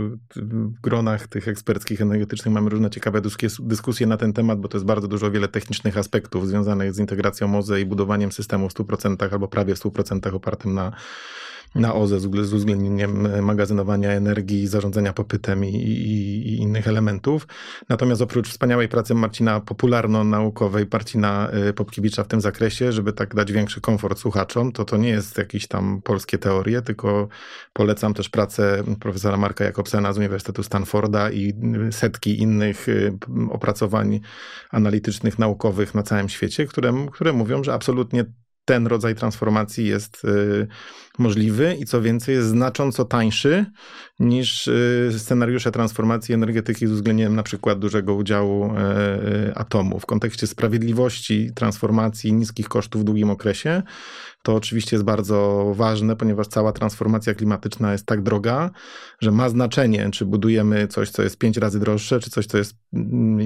w gronach tych eksperckich, energetycznych mamy różne ciekawe dyskusje na ten temat, bo to jest bardzo dużo, wiele technicznych aspektów związanych z integracją O Z E i budowaniem systemu w stu procentach albo prawie w stu procentach opartym na na O Z E z uwzględnieniem magazynowania energii, zarządzania popytem i, i, i innych elementów. Natomiast oprócz wspaniałej pracy Marcina popularno-naukowej, Marcina Popkiewicza w tym zakresie, żeby tak dać większy komfort słuchaczom, to to nie jest jakieś tam polskie teorie, tylko polecam też pracę profesora Marka Jakobsena z Uniwersytetu Stanforda i setki innych opracowań analitycznych, naukowych na całym świecie, które, które mówią, że absolutnie ten rodzaj transformacji jest y, możliwy i co więcej jest znacząco tańszy niż y, scenariusze transformacji energetyki z uwzględnieniem na przykład dużego udziału y, atomu. W kontekście sprawiedliwości transformacji niskich kosztów w długim okresie to oczywiście jest bardzo ważne, ponieważ cała transformacja klimatyczna jest tak droga, że ma znaczenie, czy budujemy coś, co jest pięć razy droższe, czy coś, co jest y,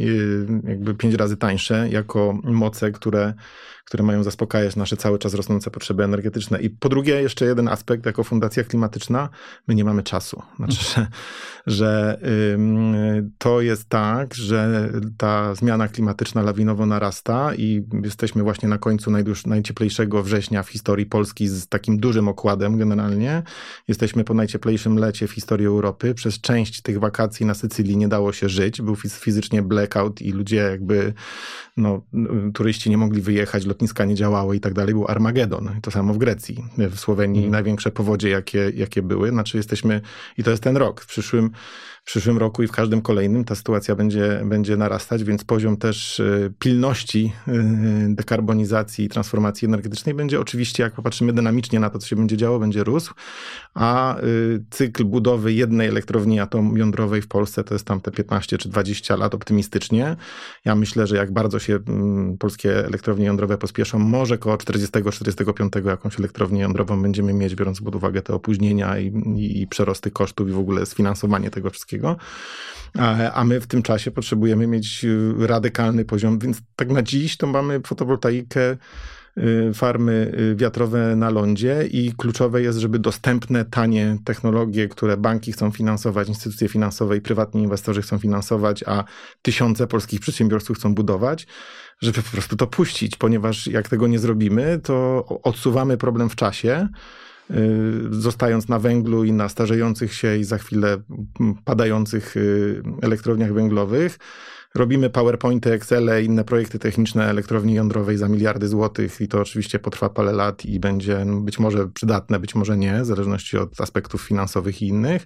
jakby pięć razy tańsze, jako moce, które które mają zaspokajać nasze cały czas rosnące potrzeby energetyczne. I po drugie, jeszcze jeden aspekt, jako Fundacja Klimatyczna, my nie mamy czasu. Znaczy, że, że ym, to jest tak, że ta zmiana klimatyczna lawinowo narasta i jesteśmy właśnie na końcu najdłuż, najcieplejszego września w historii Polski z takim dużym okładem generalnie. Jesteśmy po najcieplejszym lecie w historii Europy. Przez część tych wakacji na Sycylii nie dało się żyć. Był fizycznie blackout i ludzie jakby, no, turyści nie mogli wyjechać, lotniska nie działały i tak dalej. Był Armagedon. To samo w Grecji. W Słowenii hmm. największe powodzie, jakie, jakie były. Znaczy jesteśmy, i to jest ten rok. W przyszłym, w przyszłym roku i w każdym kolejnym ta sytuacja będzie, będzie narastać, więc poziom też pilności dekarbonizacji i transformacji energetycznej będzie oczywiście, jak popatrzymy dynamicznie na to, co się będzie działo, będzie rósł, a cykl budowy jednej elektrowni atom jądrowej w Polsce to jest tam te piętnaście czy dwadzieścia lat optymistycznie. Ja myślę, że jak bardzo się polskie elektrownie jądrowe pospieszą, może koło czterdziestego czterdziestego piątego jakąś elektrownię jądrową będziemy mieć, biorąc pod uwagę te opóźnienia i, i, i przerosty kosztów i w ogóle sfinansowanie tego wszystkiego. A, a my w tym czasie potrzebujemy mieć radykalny poziom, więc tak na dziś to mamy fotowoltaikę, farmy wiatrowe na lądzie i kluczowe jest, żeby dostępne, tanie technologie, które banki chcą finansować, instytucje finansowe i prywatni inwestorzy chcą finansować, a tysiące polskich przedsiębiorców chcą budować, żeby po prostu to puścić, ponieważ jak tego nie zrobimy, to odsuwamy problem w czasie, zostając na węglu i na starzejących się i za chwilę padających elektrowniach węglowych. Robimy PowerPointy, Excele i inne projekty techniczne elektrowni jądrowej za miliardy złotych i to oczywiście potrwa parę lat i będzie być może przydatne, być może nie, w zależności od aspektów finansowych i innych.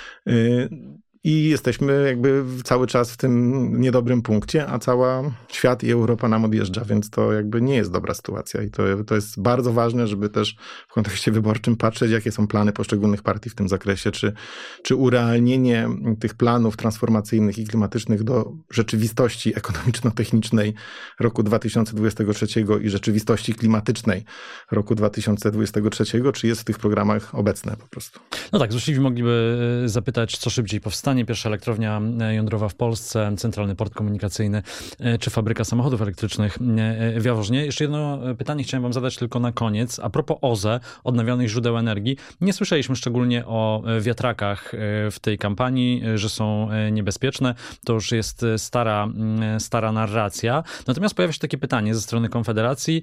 I jesteśmy jakby cały czas w tym niedobrym punkcie, a cały świat i Europa nam odjeżdża, więc to jakby nie jest dobra sytuacja. I to, to jest bardzo ważne, żeby też w kontekście wyborczym patrzeć, jakie są plany poszczególnych partii w tym zakresie, czy, czy urealnienie tych planów transformacyjnych i klimatycznych do rzeczywistości ekonomiczno-technicznej roku dwa tysiące dwudziestego trzeciego i rzeczywistości klimatycznej roku dwa tysiące dwudziestego trzeciego, czy jest w tych programach obecne po prostu. No tak, złośliwi mogliby zapytać, co szybciej powstanie. Pierwsza elektrownia jądrowa w Polsce, centralny port komunikacyjny, czy fabryka samochodów elektrycznych w Jaworznie. Jeszcze jedno pytanie chciałem wam zadać tylko na koniec. A propos O Z E, odnawialnych źródeł energii. Nie słyszeliśmy szczególnie o wiatrakach w tej kampanii, że są niebezpieczne. To już jest stara, stara narracja. Natomiast pojawia się takie pytanie ze strony Konfederacji,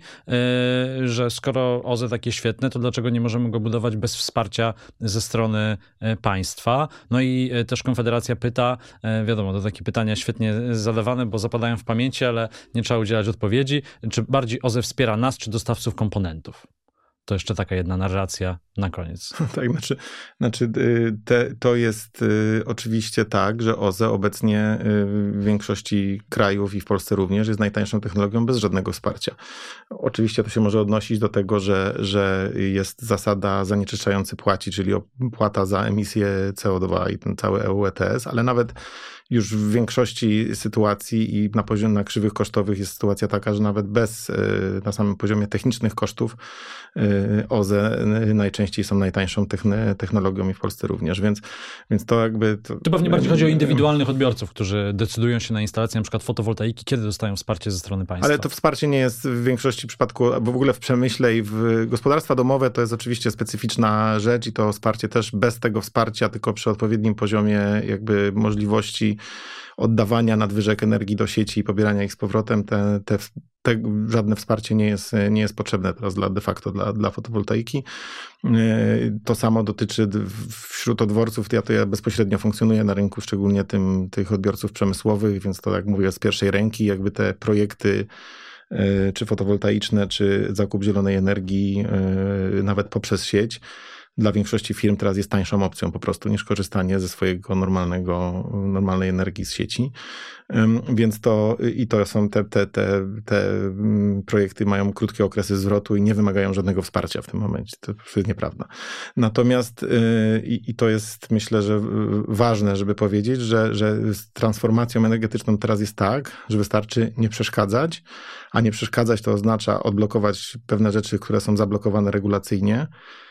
że skoro O Z E takie świetne, to dlaczego nie możemy go budować bez wsparcia ze strony państwa? No i też Konfederacja pyta, wiadomo, to takie pytania świetnie zadawane, bo zapadają w pamięci, ale nie trzeba udzielać odpowiedzi. Czy bardziej O Z E wspiera nas, czy dostawców komponentów? To jeszcze taka jedna narracja na koniec. Tak, znaczy, znaczy te, to jest y, oczywiście tak, że O Z E obecnie y, w większości krajów i w Polsce również jest najtańszą technologią bez żadnego wsparcia. Oczywiście to się może odnosić do tego, że, że jest zasada zanieczyszczający płaci, czyli opłata za emisję C O dwa i ten cały E U E T S, ale nawet już w większości sytuacji i na poziomie na krzywych kosztowych jest sytuacja taka, że nawet bez, na samym poziomie technicznych kosztów O Z E najczęściej są najtańszą technologią i w Polsce również, więc, więc to jakby... To, to pewnie bardziej chodzi o indywidualnych odbiorców, którzy decydują się na instalację na przykład fotowoltaiki, kiedy dostają wsparcie ze strony państwa. Ale to wsparcie nie jest w większości przypadku, bo w ogóle w przemyśle i w gospodarstwa domowe to jest oczywiście specyficzna rzecz i to wsparcie też bez tego wsparcia, tylko przy odpowiednim poziomie jakby możliwości oddawania nadwyżek energii do sieci i pobierania ich z powrotem, te, te, te, żadne wsparcie nie jest, nie jest potrzebne teraz dla, de facto dla, dla fotowoltaiki. To samo dotyczy wśród odbiorców, ja to ja bezpośrednio funkcjonuję na rynku, szczególnie tym, tych odbiorców przemysłowych, więc to jak mówię z pierwszej ręki, jakby te projekty czy fotowoltaiczne, czy zakup zielonej energii nawet poprzez sieć, dla większości firm teraz jest tańszą opcją po prostu niż korzystanie ze swojego normalnego, normalnej energii z sieci. Więc to i to są te, te, te, te projekty mają krótkie okresy zwrotu i nie wymagają żadnego wsparcia w tym momencie. To jest nieprawda. Natomiast i, i to jest myślę, że ważne, żeby powiedzieć, że, że z transformacją energetyczną teraz jest tak, że wystarczy nie przeszkadzać, a nie przeszkadzać to oznacza odblokować pewne rzeczy, które są zablokowane regulacyjnie.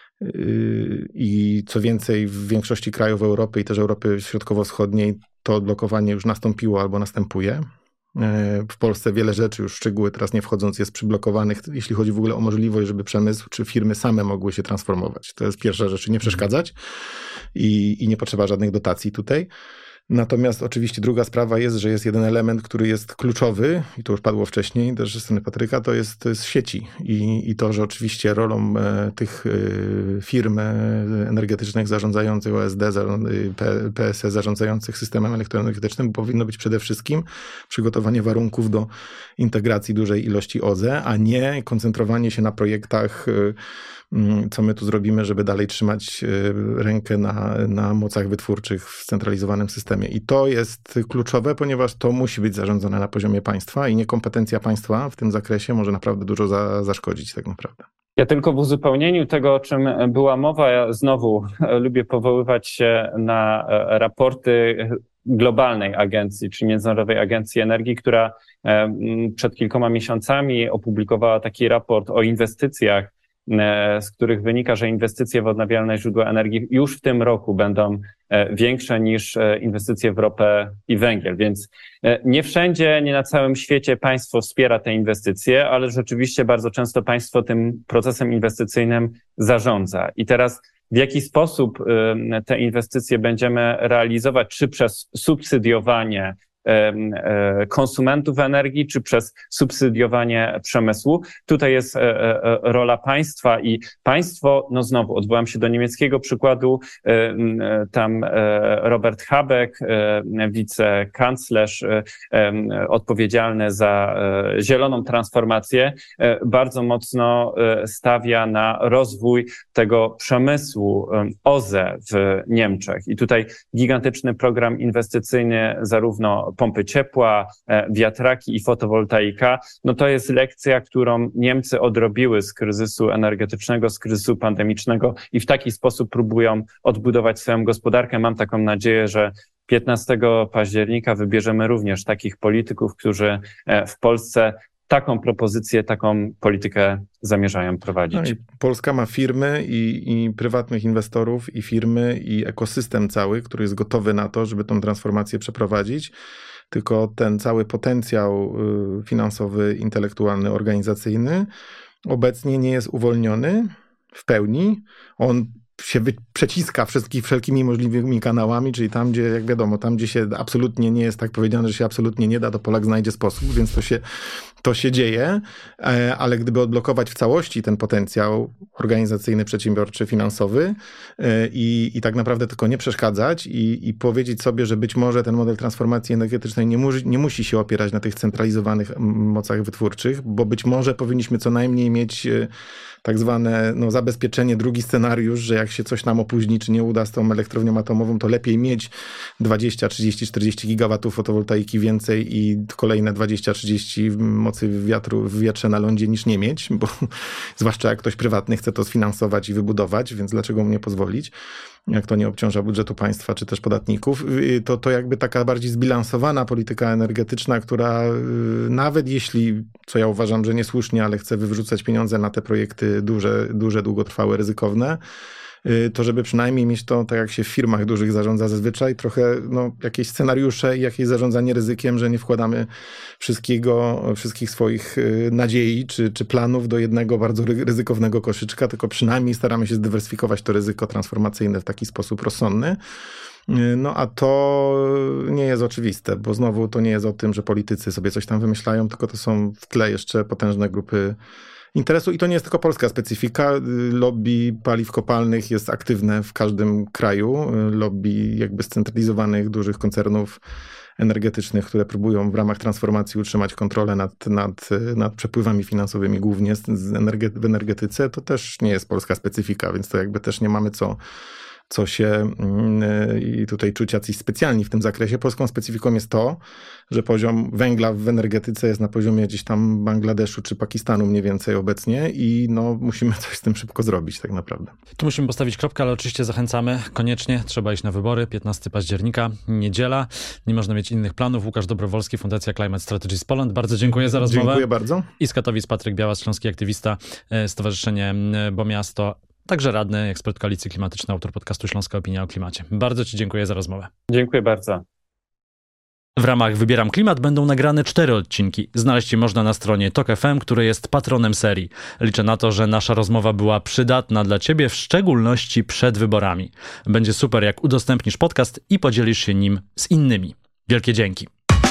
I co więcej, w większości krajów Europy i też Europy Środkowo-Wschodniej to odblokowanie już nastąpiło albo następuje. W Polsce wiele rzeczy, już szczegóły teraz nie wchodząc, jest przyblokowanych, jeśli chodzi w ogóle o możliwość, żeby przemysł czy firmy same mogły się transformować. To jest pierwsza rzecz, nie przeszkadzać i, i nie potrzeba żadnych dotacji tutaj. Natomiast oczywiście druga sprawa jest, że jest jeden element, który jest kluczowy i to już padło wcześniej też ze strony Patryka, to jest, to jest sieci i, i to, że oczywiście rolą e, tych e, firm energetycznych zarządzających O S D, P, P S E zarządzających systemem elektroenergetycznym powinno być przede wszystkim przygotowanie warunków do integracji dużej ilości O Z E, a nie koncentrowanie się na projektach, e, co my tu zrobimy, żeby dalej trzymać rękę na, na mocach wytwórczych w scentralizowanym systemie. systemie. I to jest kluczowe, ponieważ to musi być zarządzane na poziomie państwa i niekompetencja państwa w tym zakresie może naprawdę dużo za, zaszkodzić tak naprawdę. Ja tylko w uzupełnieniu tego, o czym była mowa, ja znowu lubię powoływać się na raporty globalnej agencji, czy Międzynarodowej Agencji Energii, która przed kilkoma miesiącami opublikowała taki raport o inwestycjach, z których wynika, że inwestycje w odnawialne źródła energii już w tym roku będą większe niż inwestycje w ropę i węgiel. Więc nie wszędzie, nie na całym świecie państwo wspiera te inwestycje, ale rzeczywiście bardzo często państwo tym procesem inwestycyjnym zarządza. I teraz w jaki sposób te inwestycje będziemy realizować, czy przez subsydiowanie konsumentów energii, czy przez subsydiowanie przemysłu. Tutaj jest rola państwa i państwo, no znowu odwołam się do niemieckiego przykładu, tam Robert Habeck, wicekanclerz odpowiedzialny za zieloną transformację, bardzo mocno stawia na rozwój tego przemysłu O Z E w Niemczech. I tutaj gigantyczny program inwestycyjny zarówno pompy ciepła, wiatraki i fotowoltaika, no to jest lekcja, którą Niemcy odrobiły z kryzysu energetycznego, z kryzysu pandemicznego i w taki sposób próbują odbudować swoją gospodarkę. Mam taką nadzieję, że piętnastego października wybierzemy również takich polityków, którzy w Polsce taką propozycję, taką politykę zamierzają prowadzić. No i Polska ma firmy i, i prywatnych inwestorów, i firmy, i ekosystem cały, który jest gotowy na to, żeby tą transformację przeprowadzić. Tylko ten cały potencjał finansowy, intelektualny, organizacyjny obecnie nie jest uwolniony w pełni. On się przeciska wszystkich, wszelkimi możliwymi kanałami, czyli tam, gdzie, jak wiadomo, tam, gdzie się absolutnie nie jest tak powiedziane, że się absolutnie nie da, to Polak znajdzie sposób, więc to się, to się dzieje, ale gdyby odblokować w całości ten potencjał organizacyjny, przedsiębiorczy, finansowy i, i tak naprawdę tylko nie przeszkadzać i, i powiedzieć sobie, że być może ten model transformacji energetycznej nie, mu, nie musi się opierać na tych centralizowanych mocach wytwórczych, bo być może powinniśmy co najmniej mieć tak zwane no, zabezpieczenie, drugi scenariusz, że jak się coś nam opóźni, czy nie uda z tą elektrownią atomową, to lepiej mieć dwadzieścia, trzydzieści, czterdzieści gigawatów fotowoltaiki więcej i kolejne dwadzieścia, trzydzieści mocy wiatru w wietrze na lądzie niż nie mieć, bo zwłaszcza jak ktoś prywatny chce to sfinansować i wybudować, więc dlaczego mu nie pozwolić? Jak to nie obciąża budżetu państwa czy też podatników, to, to jakby taka bardziej zbilansowana polityka energetyczna, która nawet jeśli, co ja uważam, że niesłusznie, ale chce wywrzucać pieniądze na te projekty duże, duże, długotrwałe, ryzykowne, to żeby przynajmniej mieć to, tak jak się w firmach dużych zarządza zazwyczaj, trochę no, jakieś scenariusze i jakieś zarządzanie ryzykiem, że nie wkładamy wszystkiego, wszystkich swoich nadziei czy, czy planów do jednego bardzo ryzykownego koszyczka, tylko przynajmniej staramy się zdywersyfikować to ryzyko transformacyjne w taki sposób rozsądny. No a to nie jest oczywiste, bo znowu to nie jest o tym, że politycy sobie coś tam wymyślają, tylko to są w tle jeszcze potężne grupy interesu i to nie jest tylko polska specyfika. Lobby paliw kopalnych jest aktywne w każdym kraju. Lobby jakby scentralizowanych dużych koncernów energetycznych, które próbują w ramach transformacji utrzymać kontrolę nad, nad, nad przepływami finansowymi, głównie z energe- w energetyce, to też nie jest polska specyfika, więc to jakby też nie mamy co co się i tutaj czuć jacyś specjalni w tym zakresie. Polską specyfiką jest to, że poziom węgla w energetyce jest na poziomie gdzieś tam Bangladeszu czy Pakistanu mniej więcej obecnie i no musimy coś z tym szybko zrobić tak naprawdę. Tu musimy postawić kropkę, ale oczywiście zachęcamy koniecznie. Trzeba iść na wybory. piętnastego października, niedziela. Nie można mieć innych planów. Łukasz Dobrowolski, Fundacja Climate Strategies Poland. Bardzo dziękuję za rozmowę. Dziękuję bardzo. I z Katowic Patryk Białas, śląski aktywista, Stowarzyszenie Bo Miasto. Także radny, ekspert Koalicji Klimatycznej, autor podcastu Śląska Opinia o Klimacie. Bardzo ci dziękuję za rozmowę. Dziękuję bardzo. W ramach Wybieram Klimat będą nagrane cztery odcinki. Znaleźć je można na stronie Tok F M, który jest patronem serii. Liczę na to, że nasza rozmowa była przydatna dla ciebie, w szczególności przed wyborami. Będzie super, jak udostępnisz podcast i podzielisz się nim z innymi. Wielkie dzięki.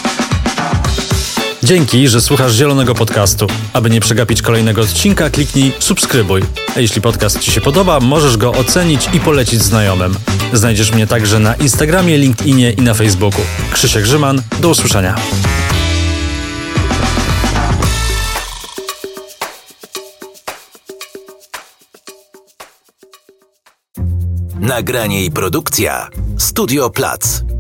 Dzięki, że słuchasz Zielonego Podcastu. Aby nie przegapić kolejnego odcinka, kliknij subskrybuj. A jeśli podcast ci się podoba, możesz go ocenić i polecić znajomym. Znajdziesz mnie także na Instagramie, LinkedInie i na Facebooku. Krzysiek Grzyman, do usłyszenia. Nagranie i produkcja Studio Plac.